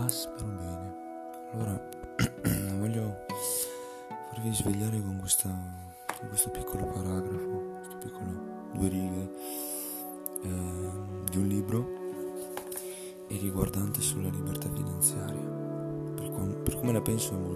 spero bene. Allora, voglio farvi svegliare con questo piccolo paragrafo, questo piccolo 2 righe di un libro e riguardante sulla libertà finanziaria. Per come la penso è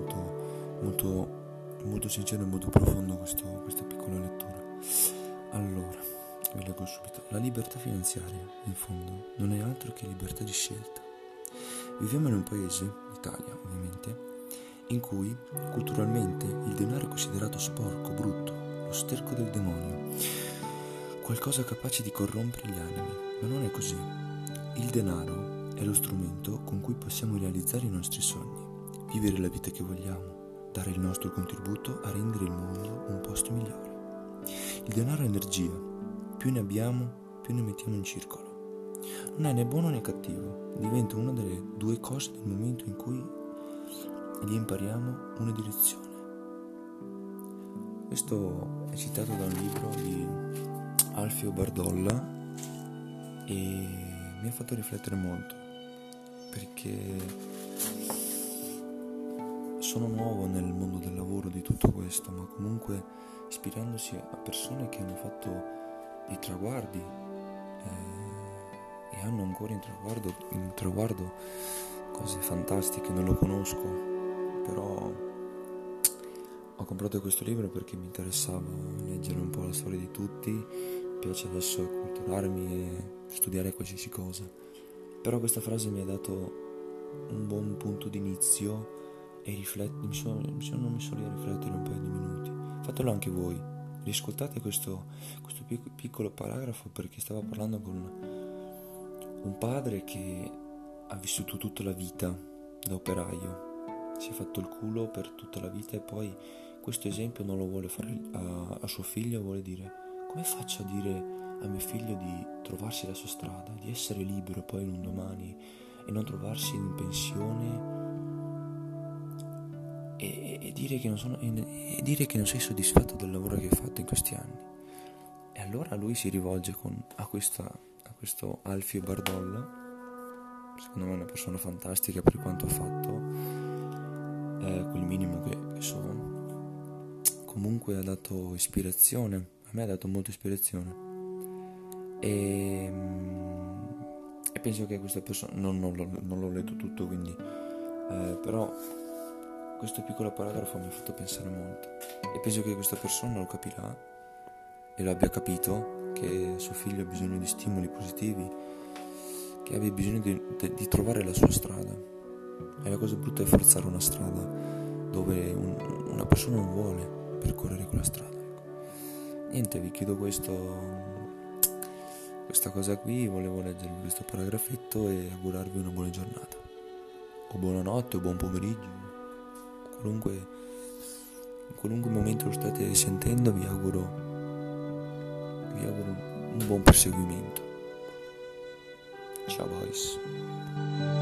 molto sincero e molto profondo questa piccola lettura. Allora, vi leggo subito. La libertà finanziaria, in fondo, non è altro che libertà di scelta. Viviamo in un paese, l'Italia ovviamente, in cui culturalmente il denaro è considerato sporco, brutto, lo sterco del demonio, qualcosa capace di corrompere gli animi, ma non è così. Il denaro è lo strumento con cui possiamo realizzare i nostri sogni, vivere la vita che vogliamo, dare il nostro contributo a rendere il mondo un posto migliore. Il denaro è energia, più ne abbiamo, più ne mettiamo in circolo. Non è né buono né cattivo, diventa una delle 2 cose nel momento in cui gli impariamo una direzione. Questo è citato da un libro di Alfio Bardolla e mi ha fatto riflettere molto, perché sono nuovo nel mondo del lavoro di tutto questo, ma comunque ispirandosi a persone che hanno fatto dei traguardi e hanno ancora in traguardo cose fantastiche. Non lo conosco, però ho comprato questo libro perché mi interessava leggere un po' la storia di tutti. Mi piace adesso acculturarmi e studiare qualsiasi cosa, però questa frase mi ha dato un buon punto d'inizio e mi sono messo lì a riflettere un paio di minuti. Fatelo anche voi, riascoltate questo piccolo paragrafo, perché stava parlando con un padre che ha vissuto tutta la vita da operaio, si è fatto il culo per tutta la vita e poi questo esempio non lo vuole fare a suo figlio. Vuole dire: come faccio a dire a mio figlio di trovarsi la sua strada, di essere libero poi in un domani e non trovarsi in pensione e dire che non sei soddisfatto del lavoro che hai fatto in questi anni. E allora lui si rivolge a questo Alfio Bardolla. Secondo me è una persona fantastica per quanto ha fatto, quel minimo che so. Comunque ha dato ispirazione, a me ha dato molta ispirazione e penso che questa persona, non l'ho letto tutto, quindi però questo piccolo paragrafo mi ha fatto pensare molto e penso che questa persona lo capirà e lo abbia capito, che suo figlio ha bisogno di stimoli positivi, che abbia bisogno di trovare la sua strada. E la cosa brutta è forzare una strada dove una persona non vuole percorrere quella strada. Niente, vi chiudo questa cosa qui. Volevo leggervi questo paragrafetto e augurarvi una buona giornata, o buonanotte, o buon pomeriggio, in qualunque momento lo state sentendo. Vi auguro un buon proseguimento. Ciao boys.